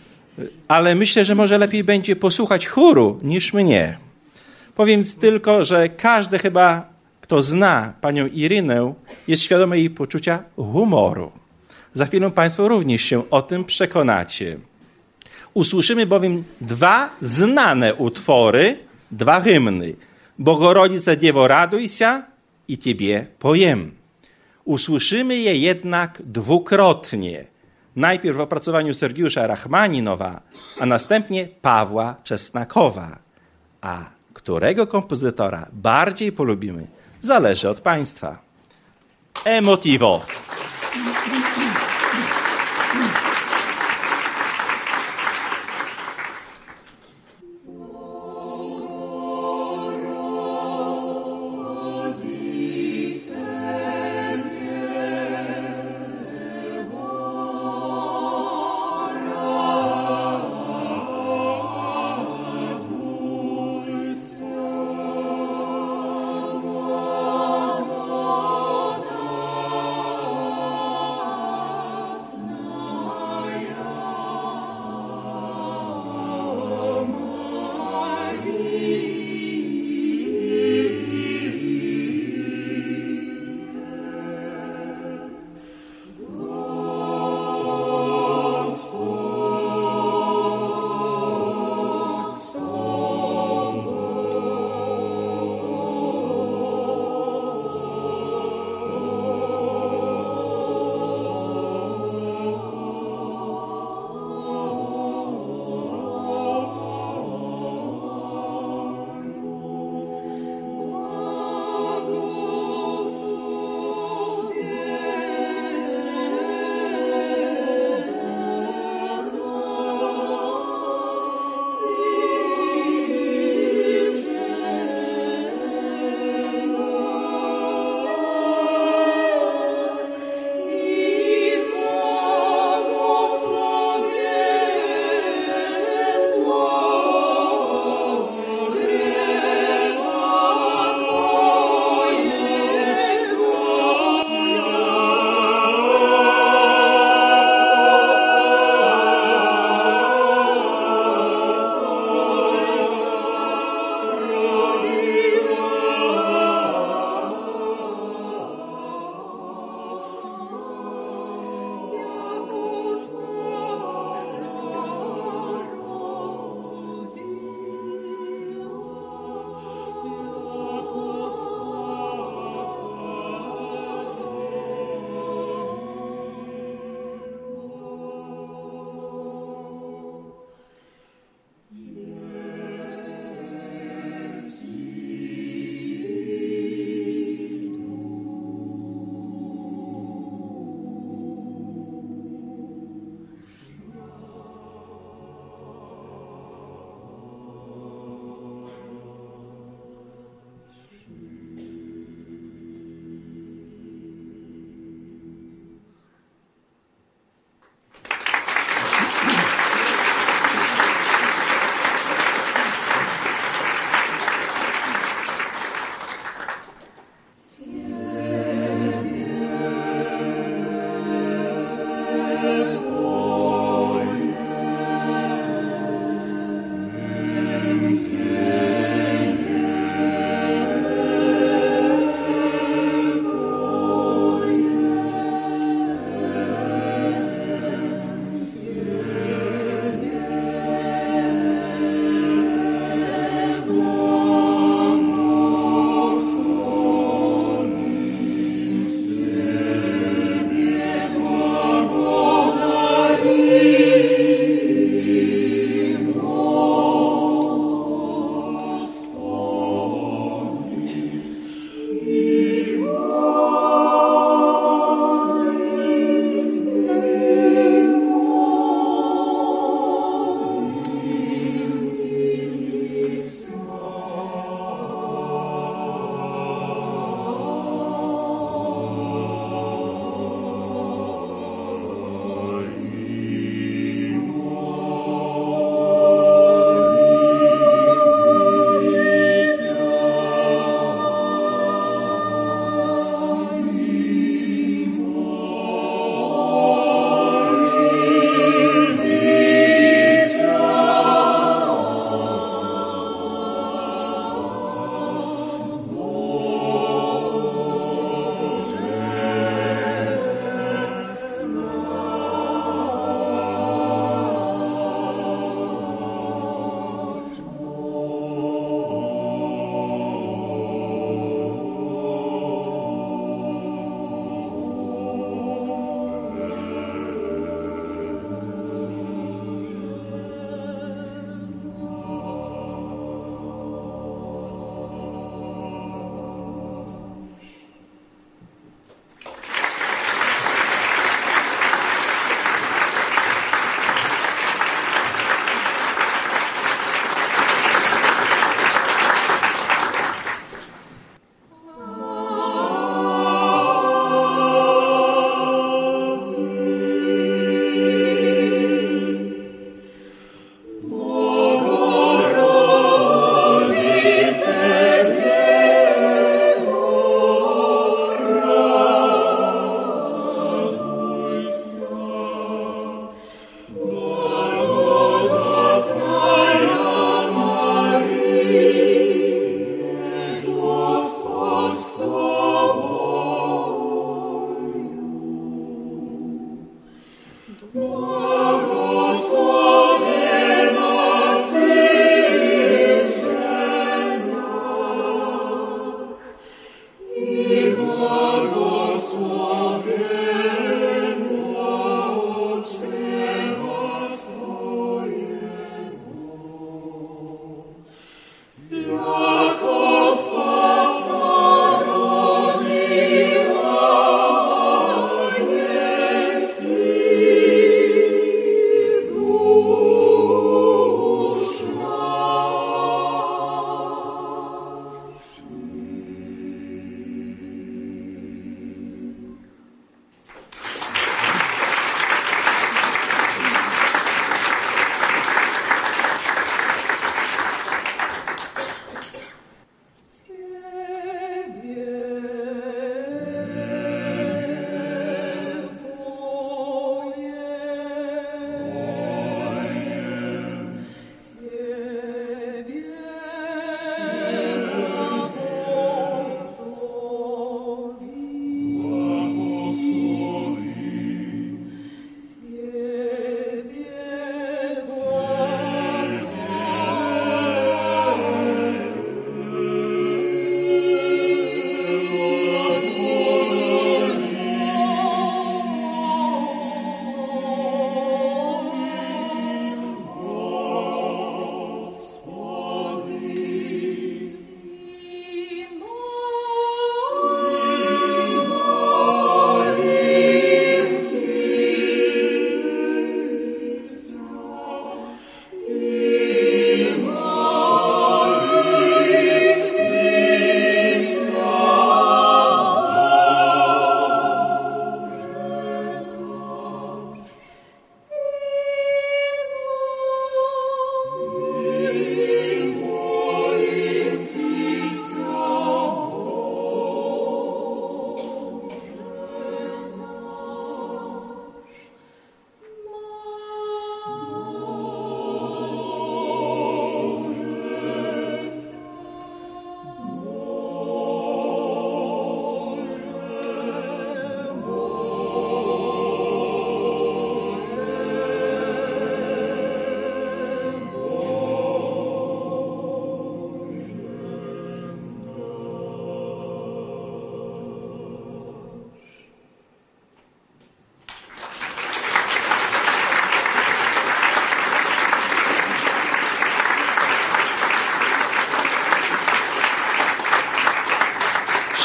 ale myślę, że może lepiej będzie posłuchać chóru niż mnie. Powiem tylko, że każdy chyba, kto zna panią Irynę, jest świadomy jej poczucia humoru. Za chwilę Państwo również się o tym przekonacie. Usłyszymy bowiem 2 znane utwory, 2 hymny. Bogorodice Dziewo, raduj się i Ciebie pojem. Usłyszymy je jednak dwukrotnie. Najpierw w opracowaniu Sergiusza Rachmaninowa, a następnie Pawła Czesnakowa. A którego kompozytora bardziej polubimy, zależy od Państwa. Emotivo.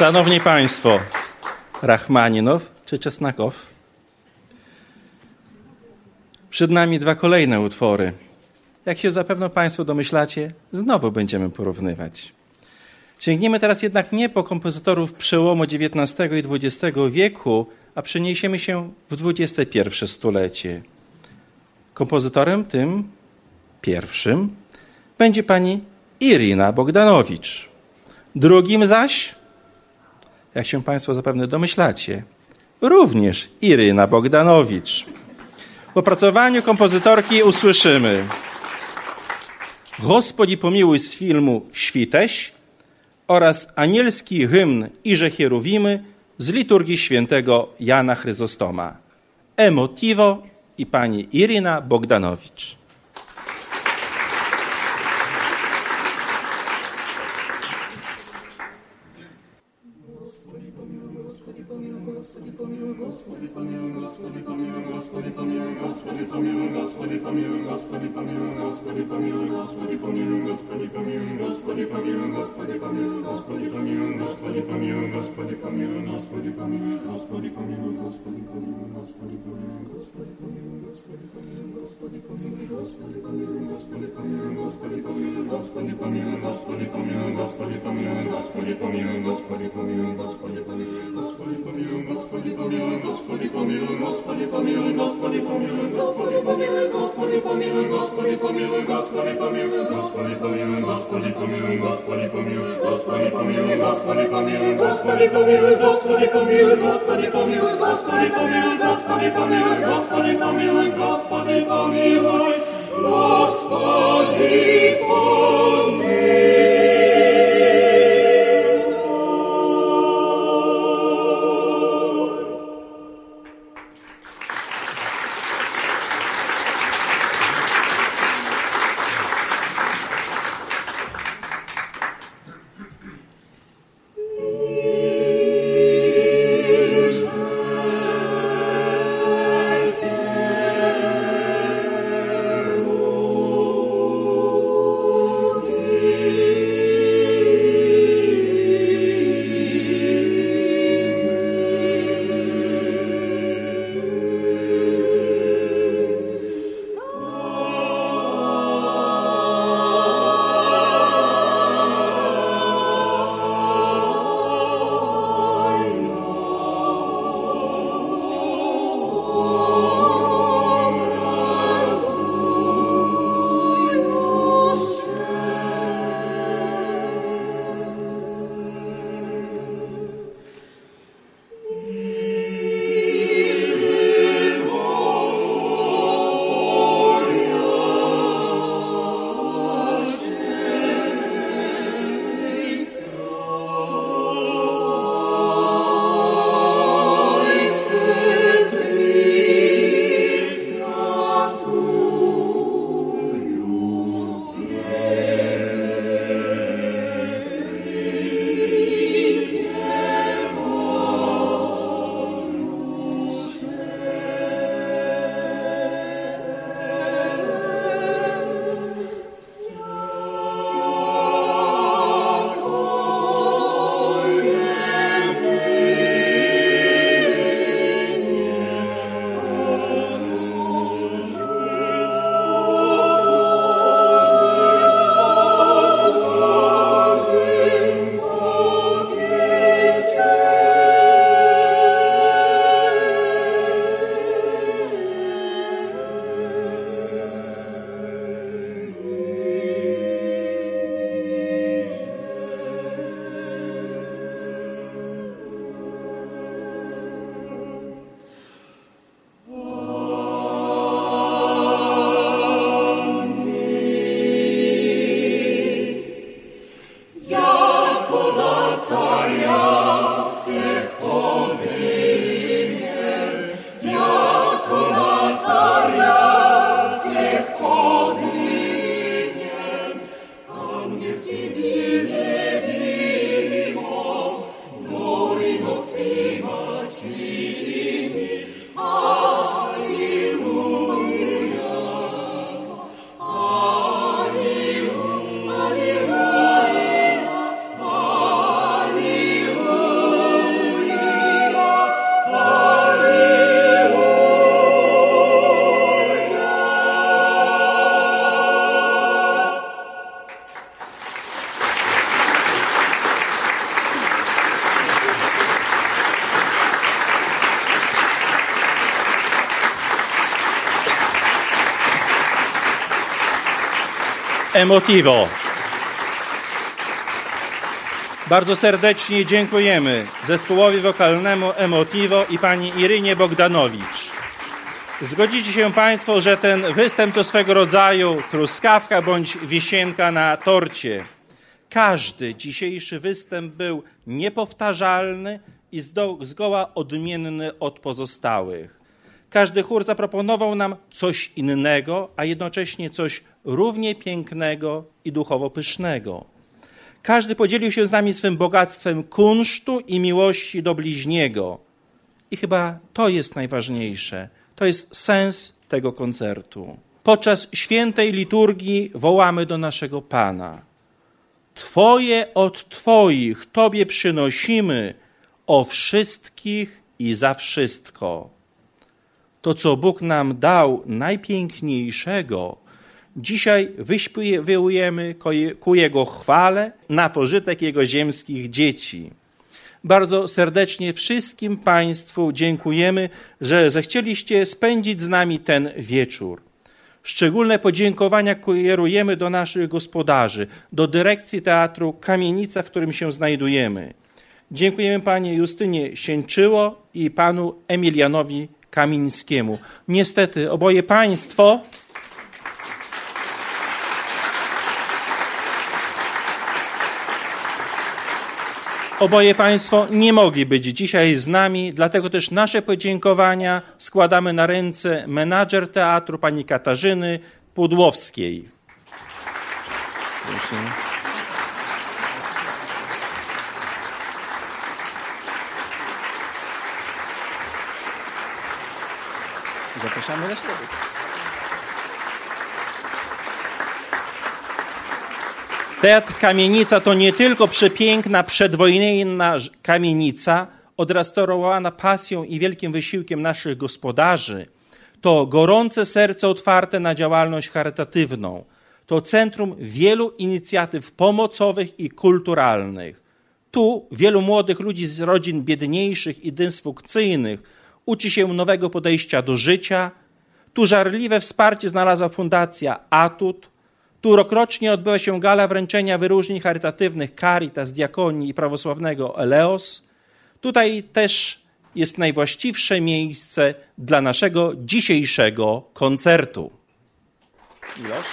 Szanowni Państwo, Rachmaninow czy Czesnakow? Przed nami dwa kolejne utwory. Jak się zapewne Państwo domyślacie, znowu będziemy porównywać. Sięgniemy teraz jednak nie po kompozytorów przełomu XIX i XX wieku, a przeniesiemy się w XXI stulecie. Kompozytorem tym pierwszym będzie pani Irina Bogdanowicz. Drugim zaś, jak się Państwo zapewne domyślacie, również Iryna Bogdanowicz. W opracowaniu kompozytorki usłyszymy Gospodzi pomiłuj z filmu Świteś oraz anielski hymn Irze Hierowimy z liturgii świętego Jana Chryzostoma. Emotivo i pani Iryna Bogdanowicz. Oh Emotivo. Bardzo serdecznie dziękujemy zespołowi wokalnemu Emotivo i pani Irynie Bogdanowicz. Zgodzicie się Państwo, że ten występ to swego rodzaju truskawka bądź wisienka na torcie. Każdy dzisiejszy występ był niepowtarzalny i zgoła odmienny od pozostałych. Każdy chór zaproponował nam coś innego, a jednocześnie coś równie pięknego i duchowo pysznego. Każdy podzielił się z nami swym bogactwem kunsztu i miłości do bliźniego. I chyba to jest najważniejsze. To jest sens tego koncertu. Podczas świętej liturgii wołamy do naszego Pana. Twoje od Twoich Tobie przynosimy, o wszystkich i za wszystko. To, co Bóg nam dał najpiękniejszego, dzisiaj wyśpiewujemy ku Jego chwale na pożytek Jego ziemskich dzieci. Bardzo serdecznie wszystkim Państwu dziękujemy, że zechcieliście spędzić z nami ten wieczór. Szczególne podziękowania kierujemy do naszych gospodarzy, do dyrekcji Teatru Kamienica, w którym się znajdujemy. Dziękujemy pani Justynie Sięczyło i panu Emilianowi Kamińskiemu. Niestety oboje państwo nie mogli być dzisiaj z nami, dlatego też nasze podziękowania składamy na ręce menadżer teatru pani Katarzyny Pudłowskiej. Proszę. Zapraszamy na środek. Teatr Kamienica to nie tylko przepiękna, przedwojenna kamienica, odrestaurowana pasją i wielkim wysiłkiem naszych gospodarzy. To gorące serce otwarte na działalność charytatywną. To centrum wielu inicjatyw pomocowych i kulturalnych. Tu wielu młodych ludzi z rodzin biedniejszych i dysfunkcyjnych uczy się nowego podejścia do życia. Tu żarliwe wsparcie znalazła Fundacja Atut. Tu rokrocznie odbywa się gala wręczenia wyróżnień charytatywnych Caritas, Diakonii i prawosławnego Eleos. Tutaj też jest najwłaściwsze miejsce dla naszego dzisiejszego koncertu. Miłosz?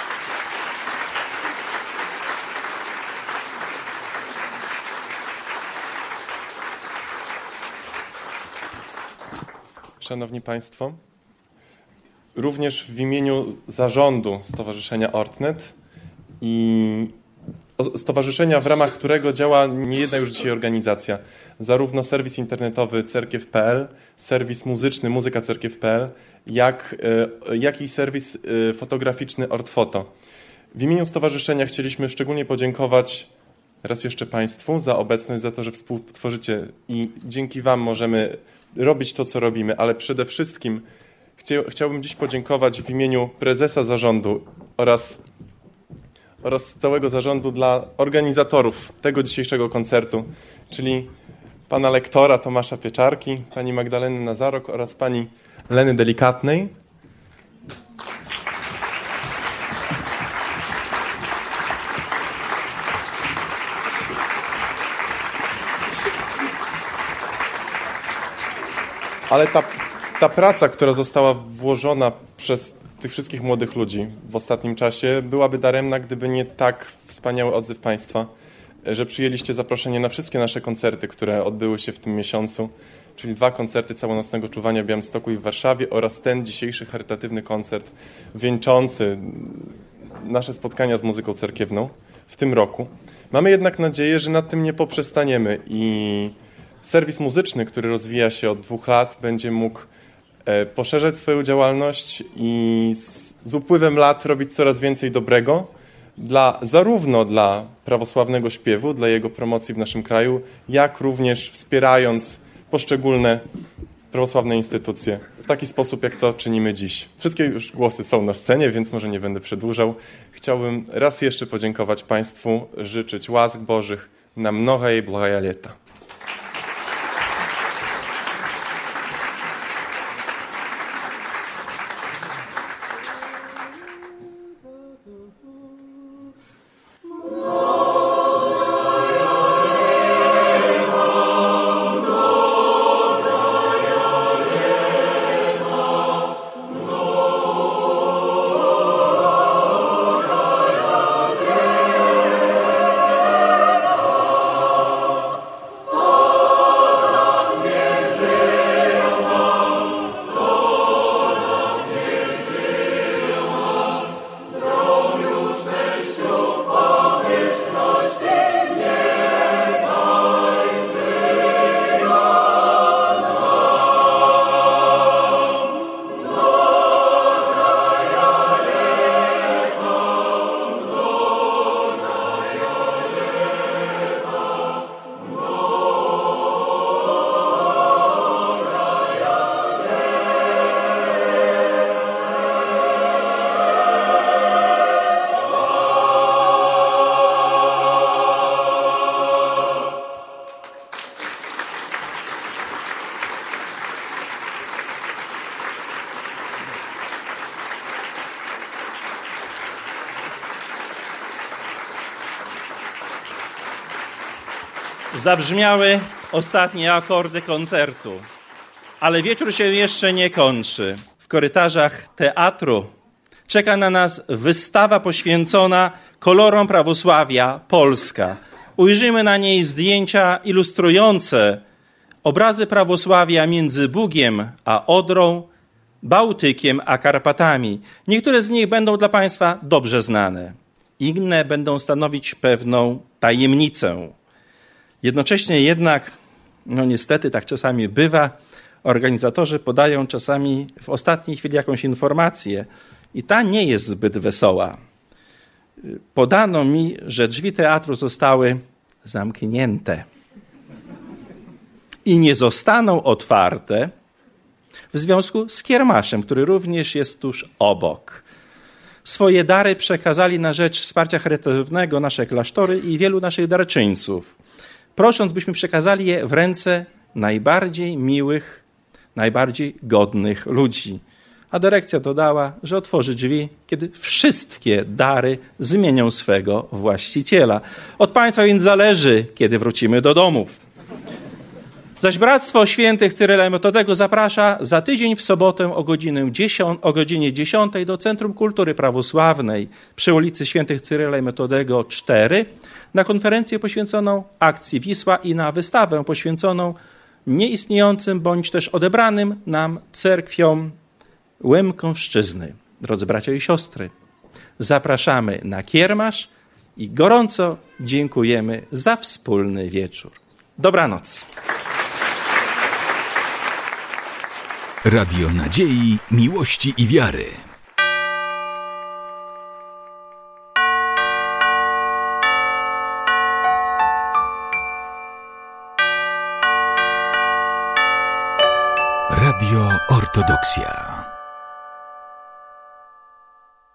Szanowni Państwo, również w imieniu zarządu Stowarzyszenia Ortnet i stowarzyszenia, w ramach którego działa niejedna już dzisiaj organizacja, zarówno serwis internetowy cerkiew.pl, serwis muzyczny muzykacerkiew.pl, jak i serwis fotograficzny Ortfoto. W imieniu stowarzyszenia chcieliśmy szczególnie podziękować raz jeszcze Państwu za obecność, za to, że współtworzycie i dzięki Wam możemy robić to, co robimy, ale przede wszystkim chciałbym dziś podziękować w imieniu prezesa zarządu oraz całego zarządu dla organizatorów tego dzisiejszego koncertu, czyli pana lektora Tomasza Pieczarki, pani Magdaleny Nazarok oraz pani Leny Delikatnej. Ale ta praca, która została włożona przez tych wszystkich młodych ludzi w ostatnim czasie, byłaby daremna, gdyby nie tak wspaniały odzew Państwa, że przyjęliście zaproszenie na wszystkie nasze koncerty, które odbyły się w tym miesiącu, czyli 2 koncerty całonocnego czuwania w Białymstoku i w Warszawie oraz ten dzisiejszy charytatywny koncert wieńczący nasze spotkania z muzyką cerkiewną w tym roku. Mamy jednak nadzieję, że nad tym nie poprzestaniemy i serwis muzyczny, który rozwija się od 2 lat, będzie mógł poszerzać swoją działalność i z upływem lat robić coraz więcej dobrego zarówno dla prawosławnego śpiewu, dla jego promocji w naszym kraju, jak również wspierając poszczególne prawosławne instytucje w taki sposób, jak to czynimy dziś. Wszystkie już głosy są na scenie, więc może nie będę przedłużał. Chciałbym raz jeszcze podziękować Państwu, życzyć łask Bożych na mnoga i благая лета. Zabrzmiały ostatnie akordy koncertu, ale wieczór się jeszcze nie kończy. W korytarzach teatru czeka na nas wystawa poświęcona kolorom prawosławia Polska. Ujrzymy na niej zdjęcia ilustrujące obrazy prawosławia między Bugiem a Odrą, Bałtykiem a Karpatami. Niektóre z nich będą dla Państwa dobrze znane. Inne będą stanowić pewną tajemnicę. Jednocześnie jednak, niestety tak czasami bywa, organizatorzy podają czasami w ostatniej chwili jakąś informację i ta nie jest zbyt wesoła. Podano mi, że drzwi teatru zostały zamknięte i nie zostaną otwarte w związku z kiermaszem, który również jest tuż obok. Swoje dary przekazali na rzecz wsparcia charytatywnego nasze klasztory i wielu naszych darczyńców, prosząc, byśmy przekazali je w ręce najbardziej miłych, najbardziej godnych ludzi. A dyrekcja dodała, że otworzy drzwi, kiedy wszystkie dary zmienią swego właściciela. Od Państwa więc zależy, kiedy wrócimy do domów. Zaś Bractwo Świętych Cyryla i Metodego zaprasza za tydzień w sobotę o godzinie 10 do Centrum Kultury Prawosławnej przy ulicy Świętych Cyryla i Metodego 4 na konferencję poświęconą akcji Wisła i na wystawę poświęconą nieistniejącym bądź też odebranym nam cerkwiom Łemkowszczyzny. Drodzy bracia i siostry, zapraszamy na kiermasz i gorąco dziękujemy za wspólny wieczór. Dobranoc. Radio Nadziei, Miłości i Wiary. Radio Ortodoksja.